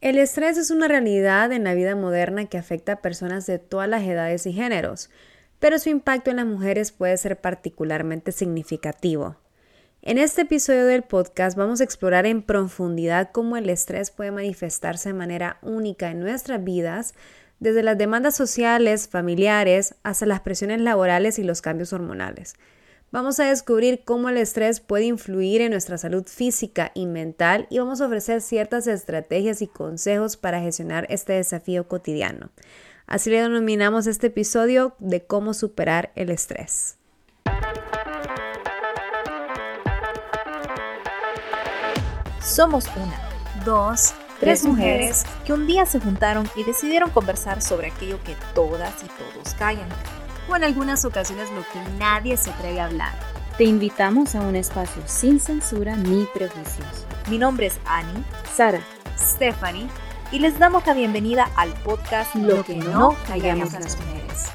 El estrés es una realidad en la vida moderna que afecta a personas de todas las edades y géneros, pero su impacto en las mujeres puede ser particularmente significativo. En este episodio del podcast vamos a explorar en profundidad cómo el estrés puede manifestarse de manera única en nuestras vidas, desde las demandas sociales, familiares, hasta las presiones laborales y los cambios hormonales. Vamos a descubrir cómo el estrés puede influir en nuestra salud física y mental y vamos a ofrecer ciertas estrategias y consejos para gestionar este desafío cotidiano. Así le denominamos este episodio de cómo superar el estrés. Somos una, dos, tres mujeres que un día se juntaron y decidieron conversar sobre aquello que todas y todos callan, o en algunas ocasiones lo que nadie se atreve a hablar. Te invitamos a un espacio sin censura ni prejuicios. Mi nombre es Annie, Sara, Stephanie, y les damos la bienvenida al podcast Lo que no callamos las mujeres.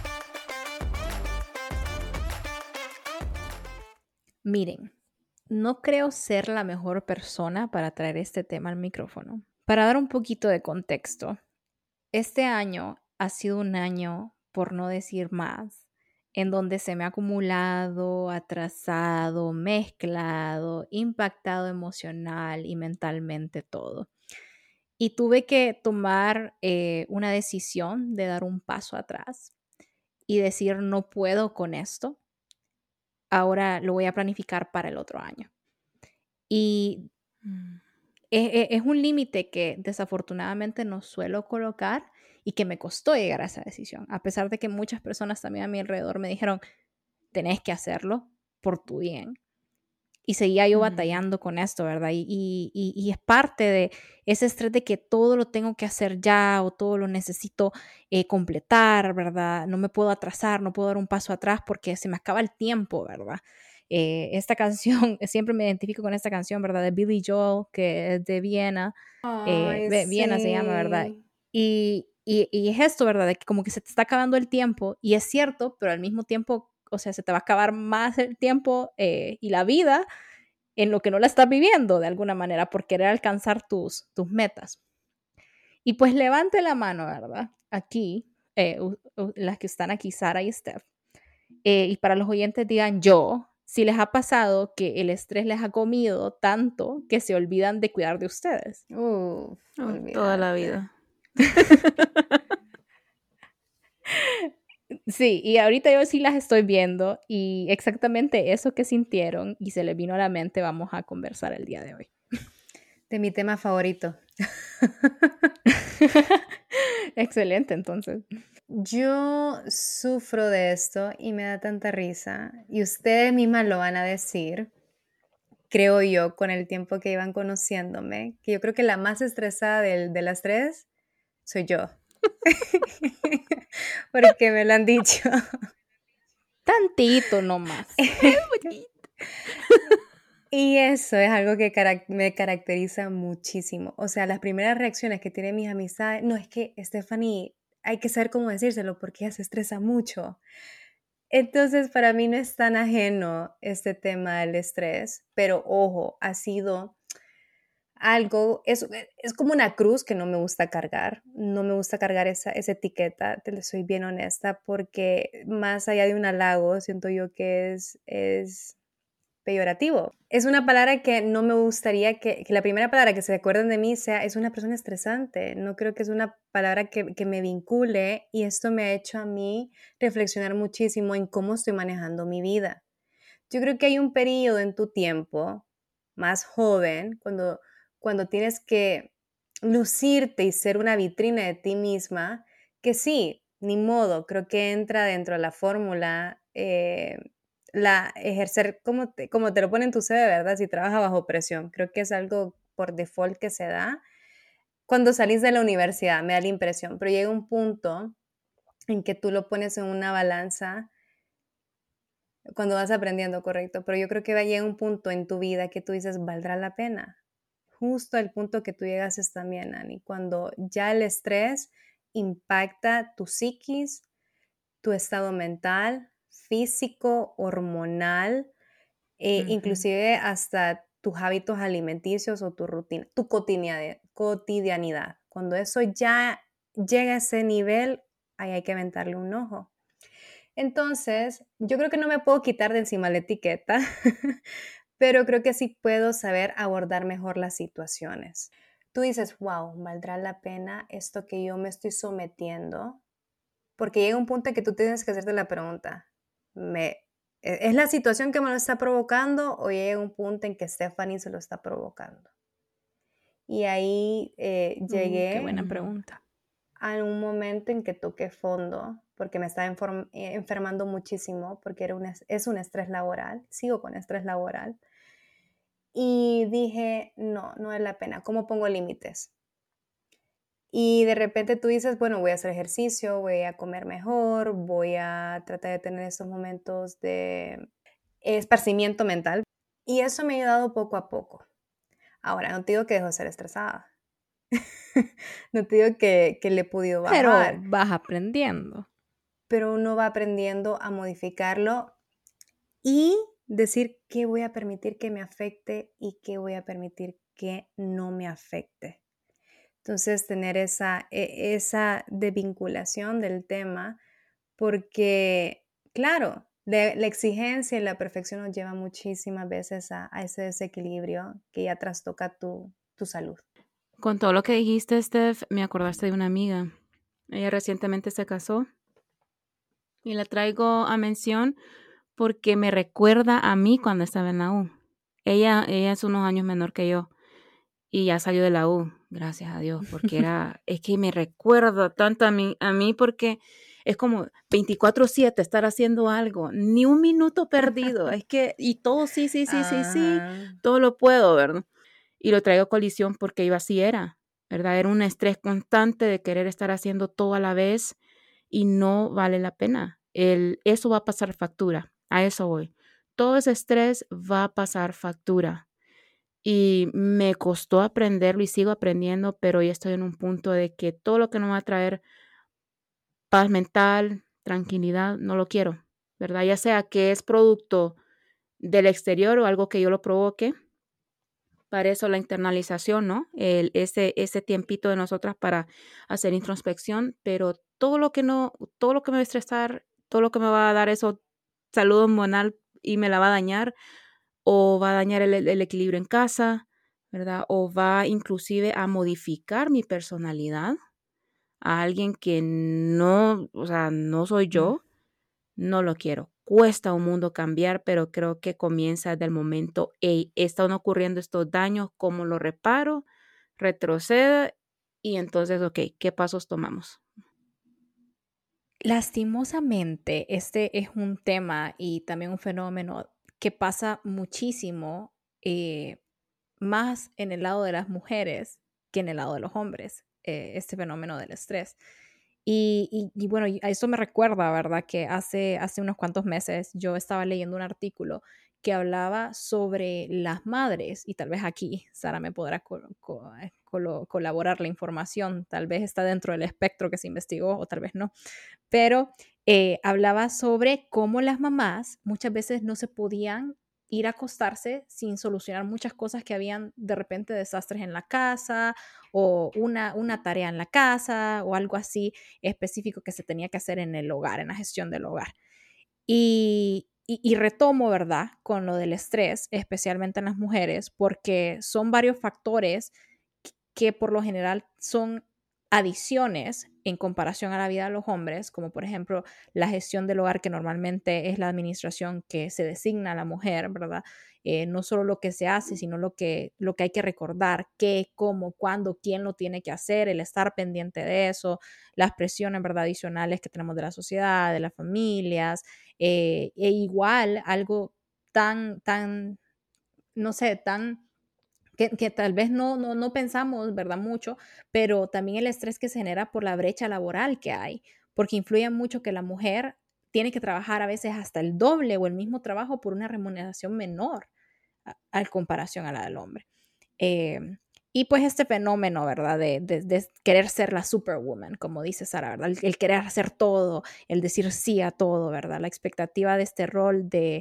Miren, no creo ser la mejor persona para traer este tema al micrófono. Para dar un poquito de contexto, este año ha sido un año, por no decir más, en donde se me ha acumulado, atrasado, mezclado, impactado emocional y mentalmente todo. Y tuve que tomar una decisión de dar un paso atrás y decir no puedo con esto. Ahora lo voy a planificar para el otro año. Y es un límite que desafortunadamente no suelo colocar y que me costó llegar a esa decisión, a pesar de que muchas personas también a mi alrededor me dijeron, tenés que hacerlo por tu bien. Y seguía yo batallando con esto, ¿verdad? Y es parte de ese estrés de que todo lo tengo que hacer ya o todo lo necesito completar, ¿verdad? No me puedo atrasar, no puedo dar un paso atrás porque se me acaba el tiempo, ¿verdad? Esta canción, siempre me identifico con esta canción, ¿verdad? De Billy Joel, que es de Viena. Viena se llama, ¿verdad? Y es esto, ¿verdad? De que como que se te está acabando el tiempo y es cierto, pero al mismo tiempo, o sea, se te va a acabar más el tiempo y la vida en lo que no la estás viviendo de alguna manera por querer alcanzar tus metas. Y pues levante la mano, ¿verdad? Aquí, las que están aquí, Sara y Steph. Y para los oyentes digan yo, si les ha pasado que el estrés les ha comido tanto que se olvidan de cuidar de ustedes. toda la vida. Sí, y ahorita yo sí las estoy viendo y exactamente eso que sintieron y se les vino a la mente vamos a conversar el día de hoy. De mi tema favorito. Excelente, entonces. Yo sufro de esto y me da tanta risa. Y ustedes mismas lo van a decir, creo yo, con el tiempo que iban conociéndome, que yo creo que la más estresada de las tres soy yo. Porque me lo han dicho. Tantito nomás. Y eso es algo que me caracteriza muchísimo. O sea, las primeras reacciones que tienen mis amistades, no, es que Stephanie, hay que saber cómo decírselo porque ella se estresa mucho. Entonces, para mí no es tan ajeno este tema del estrés, pero ojo, ha sido algo, es como una cruz que no me gusta cargar. No me gusta cargar esa etiqueta, te lo soy bien honesta, porque más allá de un halago, siento yo que es peyorativo. Es una palabra que no me gustaría que la primera palabra que se acuerden de mí sea es una persona estresante. No creo que es una palabra que me vincule y esto me ha hecho a mí reflexionar muchísimo en cómo estoy manejando mi vida. Yo creo que hay un periodo en tu tiempo más joven cuando tienes que lucirte y ser una vitrina de ti misma que sí, ni modo, creo que entra dentro de la fórmula la ejercer como te lo pone en tu CV, ¿verdad? Si trabajas bajo presión, creo que es algo por default que se da. Cuando salís de la universidad, me da la impresión, pero llega un punto en que tú lo pones en una balanza cuando vas aprendiendo, correcto, pero yo creo que va a llegar un punto en tu vida que tú dices, ¿valdrá la pena? Justo el punto que tú llegas es también, Ani, cuando ya el estrés impacta tu psiquis, tu estado mental, físico, hormonal, inclusive hasta tus hábitos alimenticios o tu rutina, tu cotidianidad. Cuando eso ya llega a ese nivel, ahí hay que aventarle un ojo. Entonces, yo creo que no me puedo quitar de encima la etiqueta, pero creo que sí puedo saber abordar mejor las situaciones. Tú dices, wow, ¿valdrá la pena esto que yo me estoy sometiendo? Porque llega un punto en que tú tienes que hacerte la pregunta, ¿es la situación que me lo está provocando o llega un punto en que Stephanie se lo está provocando? Y ahí Qué llegué buena pregunta. a un momento en que toqué fondo porque me estaba enfermando muchísimo porque es un estrés laboral, sigo con estrés laboral. Y dije, no es la pena, ¿cómo pongo límites? Y de repente tú dices, bueno, voy a hacer ejercicio, voy a comer mejor, voy a tratar de tener esos momentos de esparcimiento mental. Y eso me ha ayudado poco a poco. Ahora, no te digo que dejo de ser estresada. No te digo que le he podido Pero bajar, vas aprendiendo. pero uno va aprendiendo a modificarlo y decir qué voy a permitir que me afecte y qué voy a permitir que no me afecte. Entonces, tener esa desvinculación del tema, porque, claro, la exigencia y la perfección nos lleva muchísimas veces a ese desequilibrio que ya trastoca tu salud. Con todo lo que dijiste, Steph, me acordaste de una amiga. Ella recientemente se casó y la traigo a mención porque me recuerda a mí cuando estaba en la U. Ella es unos años menor que yo y ya salió de la U, gracias a Dios, porque es que me recuerda tanto a mí porque es como 24/7 estar haciendo algo, ni un minuto perdido, es que, y todo sí, todo lo puedo, ¿verdad? Y lo traigo a colisión porque yo así era, ¿verdad? Era un estrés constante de querer estar haciendo todo a la vez y no vale la pena. Eso va a pasar factura, a eso voy. Todo ese estrés va a pasar factura. Y me costó aprenderlo y sigo aprendiendo, pero ya estoy en un punto de que todo lo que no me va a traer paz mental, tranquilidad, no lo quiero, ¿verdad? Ya sea que es producto del exterior o algo que yo lo provoque. Para eso la internalización, ¿no? Ese tiempito de nosotras para hacer introspección, pero todo lo que me va a estresar, todo lo que me va a dar eso salud hormonal y me la va a dañar, o va a dañar el equilibrio en casa, ¿verdad? O va inclusive a modificar mi personalidad a alguien que no, o sea, no soy yo, no lo quiero. Cuesta un mundo cambiar, pero creo que comienza desde el momento, hey, están ocurriendo estos daños, ¿cómo lo reparo? Retroceda y entonces, ok, ¿qué pasos tomamos? Lastimosamente, este es un tema y también un fenómeno que pasa muchísimo más en el lado de las mujeres que en el lado de los hombres, este fenómeno del estrés. Y bueno, a eso me recuerda, ¿verdad? Que hace unos cuantos meses yo estaba leyendo un artículo que hablaba sobre las madres, y tal vez aquí Sara me podrá colaborar la información, tal vez está dentro del espectro que se investigó o tal vez no, pero hablaba sobre cómo las mamás muchas veces no se podían ir a acostarse sin solucionar muchas cosas que habían de repente desastres en la casa o una tarea en la casa o algo así específico que se tenía que hacer en el hogar, en la gestión del hogar. Y retomo, ¿verdad? Con lo del estrés, especialmente en las mujeres, porque son varios factores que por lo general son adiciones en comparación a la vida de los hombres, como por ejemplo la gestión del hogar, que normalmente es la administración que se designa a la mujer, ¿verdad? No solo lo que se hace, sino lo que hay que recordar, qué, cómo, cuándo, quién lo tiene que hacer, el estar pendiente de eso, las presiones, ¿verdad? Adicionales que tenemos de la sociedad, de las familias, e igual algo tan, no sé, que tal vez no pensamos, ¿verdad? Mucho, pero también el estrés que se genera por la brecha laboral que hay, porque influye mucho que la mujer tiene que trabajar a veces hasta el doble o el mismo trabajo por una remuneración menor a comparación a la del hombre. Eh, y pues este fenómeno, ¿verdad? De querer ser la superwoman, como dice Sara, ¿verdad? El querer hacer todo, el decir sí a todo, ¿verdad? La expectativa de este rol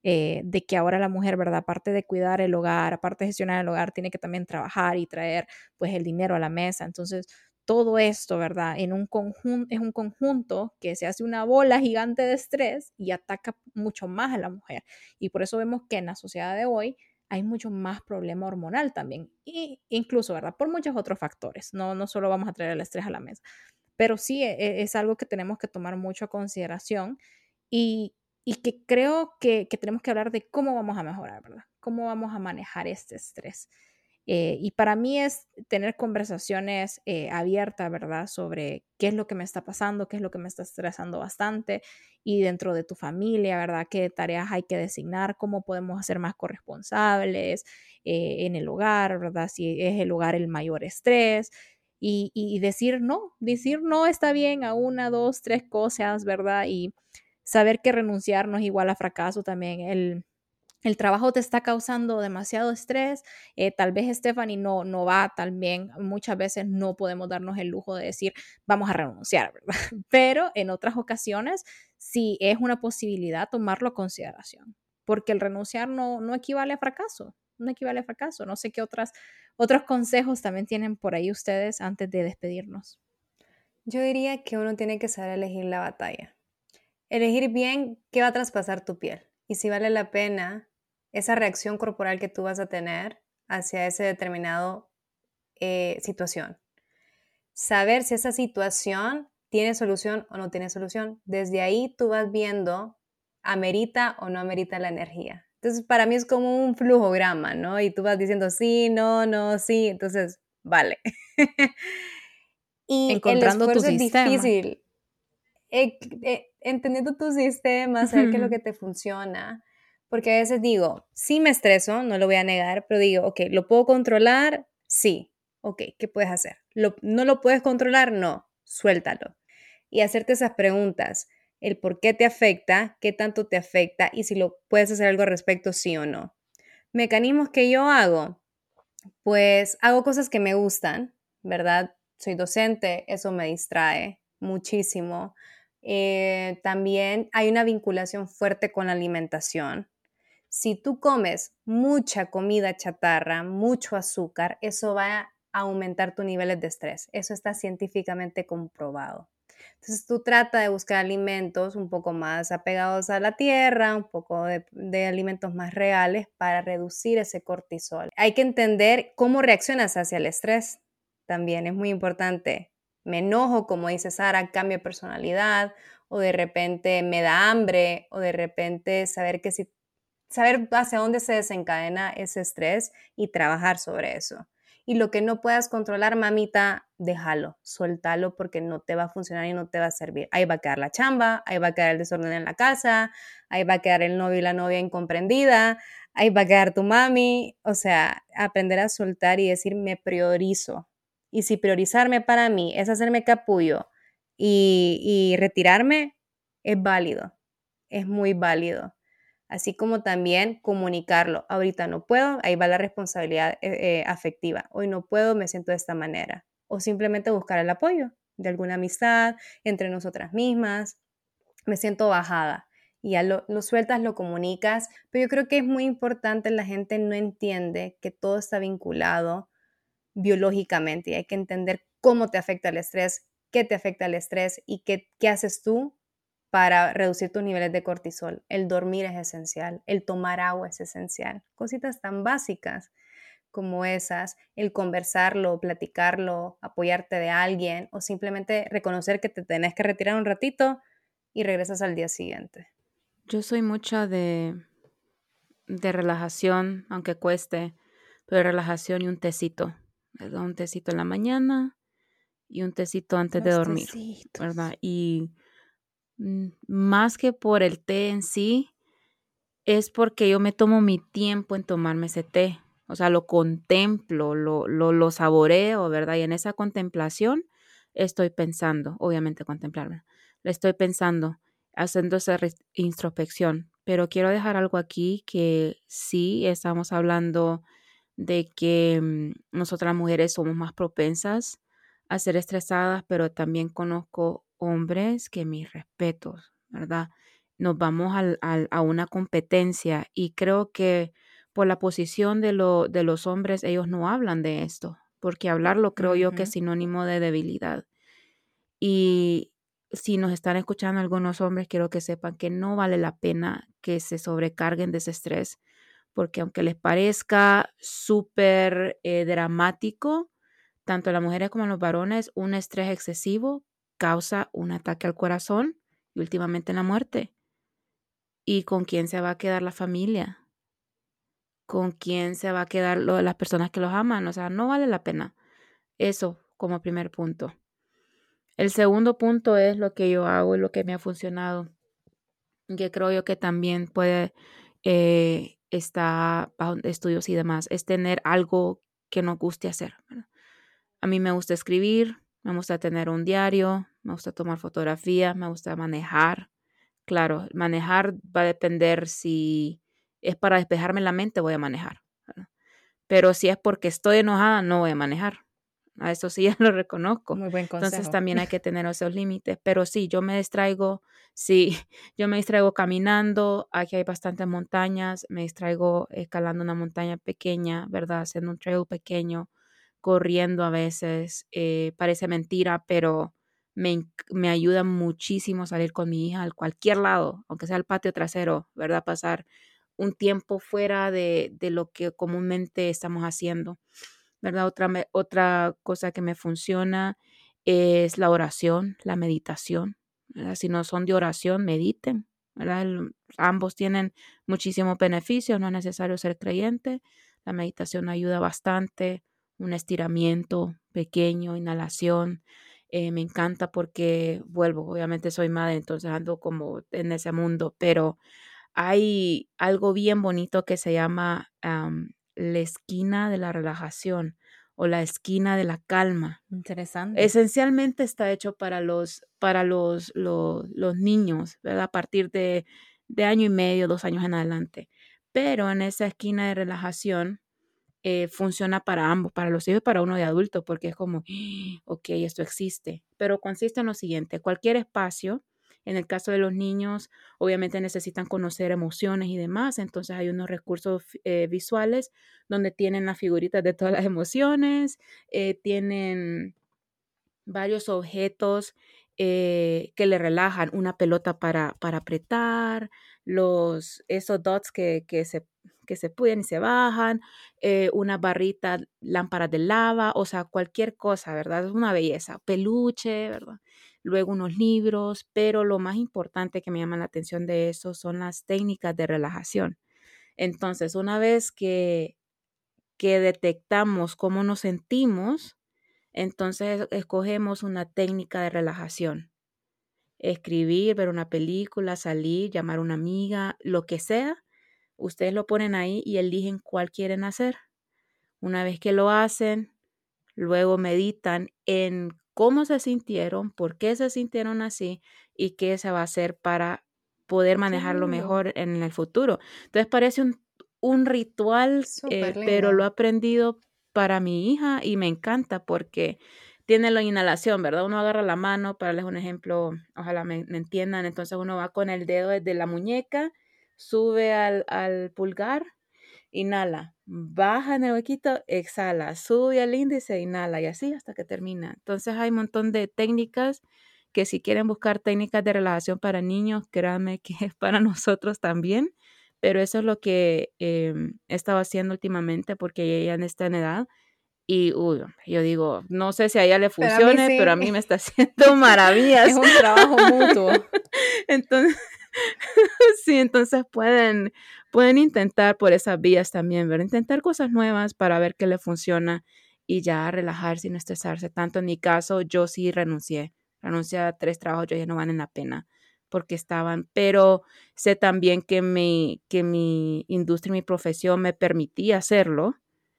de que ahora la mujer, ¿verdad? Aparte de cuidar el hogar, aparte de gestionar el hogar, tiene que también trabajar y traer pues el dinero a la mesa. Entonces, todo esto, ¿verdad? En un conjunto, es un conjunto que se hace una bola gigante de estrés y ataca mucho más a la mujer. Y por eso vemos que en la sociedad de hoy hay mucho más problema hormonal también. Y incluso, ¿verdad? Por muchos otros factores. No solo vamos a traer el estrés a la mesa. Pero sí es algo que tenemos que tomar mucho a consideración y, y que creo que tenemos que hablar de cómo vamos a mejorar, ¿verdad? Cómo vamos a manejar este estrés. Y para mí es tener conversaciones abiertas, ¿verdad? Sobre qué es lo que me está pasando, qué es lo que me está estresando bastante y dentro de tu familia, ¿verdad? ¿Qué tareas hay que designar? ¿Cómo podemos ser más corresponsables en el hogar, ¿verdad? Si es el hogar el mayor estrés. Y decir no está bien a una, dos, tres cosas, ¿verdad? Y saber que renunciar no es igual a fracaso también. El trabajo te está causando demasiado estrés, tal vez Stephanie no va tan bien, muchas veces no podemos darnos el lujo de decir vamos a renunciar, ¿verdad? Pero en otras ocasiones sí es una posibilidad tomarlo a consideración, porque el renunciar no equivale a fracaso, no equivale a fracaso. No sé qué otros consejos también tienen por ahí ustedes antes de despedirnos. Yo diría que uno tiene que saber elegir la batalla. Elegir bien qué va a traspasar tu piel y si vale la pena esa reacción corporal que tú vas a tener hacia ese determinado situación. Saber si esa situación tiene solución o no tiene solución. Desde ahí tú vas viendo amerita o no amerita la energía. Entonces para mí es como un flujograma, ¿no? Y tú vas diciendo sí, no, no, sí. Entonces, vale. Y el Encontrando tu esfuerzo es sistema. difícil. Entendiendo tu sistema, saber qué es lo que te funciona. Porque a veces digo, sí me estreso, no lo voy a negar, pero digo, ok, ¿lo puedo controlar? Sí. Ok, ¿qué puedes hacer? ¿No lo puedes controlar? No, suéltalo. Y hacerte esas preguntas, el por qué te afecta, qué tanto te afecta y si lo puedes hacer algo al respecto, sí o no. Mecanismos que yo hago, pues hago cosas que me gustan, ¿verdad? Soy docente, eso me distrae muchísimo. También hay una vinculación fuerte con la alimentación. Si tú comes mucha comida chatarra, mucho azúcar, eso va a aumentar tus niveles de estrés. Eso está científicamente comprobado. Entonces tú trata de buscar alimentos un poco más apegados a la tierra, un poco de alimentos más reales para reducir ese cortisol. Hay que entender cómo reaccionas hacia el estrés. También es muy importante. Me enojo, como dice Sara, cambio de personalidad, o de repente me da hambre, o de repente saber hacia dónde se desencadena ese estrés y trabajar sobre eso. Y lo que no puedas controlar, mamita, déjalo, suéltalo porque no te va a funcionar y no te va a servir. Ahí va a quedar la chamba, ahí va a quedar el desorden en la casa, ahí va a quedar el novio y la novia incomprendida, ahí va a quedar tu mami. O sea, aprender a soltar y decir, me priorizo. Y si priorizarme para mí es hacerme capullo y retirarme, es válido, es muy válido. Así como también comunicarlo. Ahorita no puedo, ahí va la responsabilidad afectiva. Hoy no puedo, me siento de esta manera. O simplemente buscar el apoyo de alguna amistad, entre nosotras mismas. Me siento bajada. Y ya lo sueltas, lo comunicas. Pero yo creo que es muy importante, la gente no entiende que todo está vinculado biológicamente y hay que entender cómo te afecta el estrés, qué te afecta el estrés y qué haces tú para reducir tus niveles de cortisol. El dormir es esencial, el tomar agua es esencial. Cositas tan básicas como esas, el conversarlo, platicarlo, apoyarte de alguien o simplemente reconocer que te tenés que retirar un ratito y regresas al día siguiente. Yo soy mucha de relajación, aunque cueste, pero relajación y un tecito, ¿verdad? Un tecito en la mañana y un tecito antes de Los dormir, tecitos. ¿verdad? Y más que por el té en sí, es porque yo me tomo mi tiempo en tomarme ese té. O sea, lo contemplo, lo saboreo, ¿verdad? Y en esa contemplación estoy pensando, obviamente contemplarme, le estoy pensando, haciendo esa introspección. Pero quiero dejar algo aquí que sí estamos hablando de que nosotras mujeres somos más propensas a ser estresadas, pero también conozco hombres que mis respetos, ¿verdad? nos vamos a una competencia y creo que por la posición de los hombres, ellos no hablan de esto, porque hablarlo creo yo que es sinónimo de debilidad. Y si nos están escuchando algunos hombres, quiero que sepan que no vale la pena que se sobrecarguen de ese estrés, porque aunque les parezca súper dramático, tanto a las mujeres como a los varones, un estrés excesivo causa un ataque al corazón y últimamente la muerte. ¿Y con quién se va a quedar la familia? ¿Con quién se va a quedar las personas que los aman? O sea, no vale la pena. Eso como primer punto. El segundo punto es lo que yo hago y lo que me ha funcionado, que creo yo que también puede estar bajo estudios y demás, es tener algo que nos guste hacer, ¿verdad? A mí me gusta escribir, me gusta tener un diario, me gusta tomar fotografías, me gusta manejar. Claro, manejar va a depender si es para despejarme la mente, voy a manejar, ¿verdad? Pero si es porque estoy enojada, no voy a manejar. A eso sí ya lo reconozco. Muy buen Entonces consejo. también hay que tener esos límites. Pero sí, sí, yo me distraigo caminando. Aquí hay bastantes montañas. Me distraigo escalando una montaña pequeña, ¿verdad? Haciendo un trail pequeño, corriendo a veces. Parece mentira, pero me ayuda muchísimo salir con mi hija a cualquier lado, aunque sea al patio trasero, ¿verdad? Pasar un tiempo fuera de lo que comúnmente estamos haciendo, ¿verdad? Otra cosa que me funciona es la oración, la meditación, ¿verdad? Si no son de oración, mediten, ¿verdad? Ambos tienen muchísimos beneficios, no es necesario ser creyente. La meditación ayuda bastante, un estiramiento pequeño, inhalación. Me encanta porque, obviamente soy madre, entonces ando como en ese mundo, pero hay algo bien bonito que se llama la esquina de la relajación o la esquina de la calma. Interesante. Esencialmente está hecho para los niños, ¿verdad? A partir de año y medio, 2 años en adelante. Pero en esa esquina de relajación funciona para ambos, para los hijos y para uno de adulto, porque es como, ok, esto existe. Pero consiste en lo siguiente, cualquier espacio, en el caso de los niños, obviamente necesitan conocer emociones y demás, entonces hay unos recursos visuales donde tienen las figuritas de todas las emociones, tienen varios objetos que le relajan, una pelota para apretar, esos dots que se pueden y se bajan, una barrita, lámparas de lava, o sea, cualquier cosa, ¿verdad? Es una belleza, peluche, ¿verdad? Luego unos libros, pero lo más importante que me llama la atención de eso son las técnicas de relajación. Entonces, una vez que detectamos cómo nos sentimos, entonces escogemos una técnica de relajación. Escribir, ver una película, salir, llamar a una amiga, lo que sea. Ustedes lo ponen ahí y eligen cuál quieren hacer. Una vez que lo hacen, luego meditan en cómo se sintieron, por qué se sintieron así y qué se va a hacer para poder manejarlo mejor en el futuro. Entonces parece un ritual, Súper pero lo he lindo. aprendido para mi hija y me encanta porque tiene la inhalación, ¿verdad? Uno agarra la mano, para darles un ejemplo, ojalá me entiendan, entonces uno va con el dedo desde la muñeca, sube al pulgar, inhala, baja en el huequito, exhala, sube al índice, inhala y así hasta que termina. Entonces hay un montón de técnicas que si quieren buscar técnicas de relajación para niños, créanme que es para nosotros también, pero eso es lo que he estado haciendo últimamente porque ella ya está en edad y yo digo, no sé si a ella le Pero a mí funcione, pero a mí sí. me está haciendo maravillas. Es un trabajo mutuo. Entonces, sí, entonces pueden intentar por esas vías también, ¿verdad? Intentar cosas nuevas para ver qué le funciona y ya relajarse y no estresarse. Tanto en mi caso, yo sí renuncié a 3 trabajos, yo ya no valen la pena porque pero sé también que mi industria y mi profesión me permitía hacerlo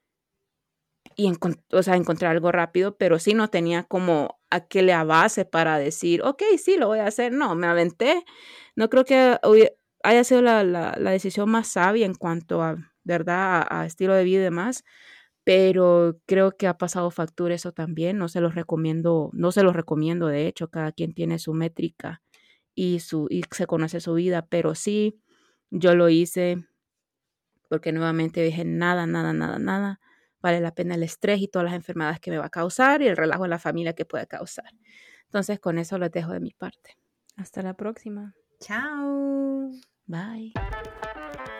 y o sea, encontrar algo rápido, pero sí no tenía como aquella base para decir, ok, sí, lo voy a hacer. No, me aventé. No creo que haya sido la decisión más sabia en cuanto a, ¿verdad? A estilo de vida y demás, pero creo que ha pasado factura eso también. No se los recomiendo, de hecho, cada quien tiene su métrica y se conoce su vida, pero sí, yo lo hice porque nuevamente dije, nada vale la pena el estrés y todas las enfermedades que me va a causar y el relajo en la familia que puede causar. Entonces, con eso los dejo de mi parte. Hasta la próxima. Chao. Bye.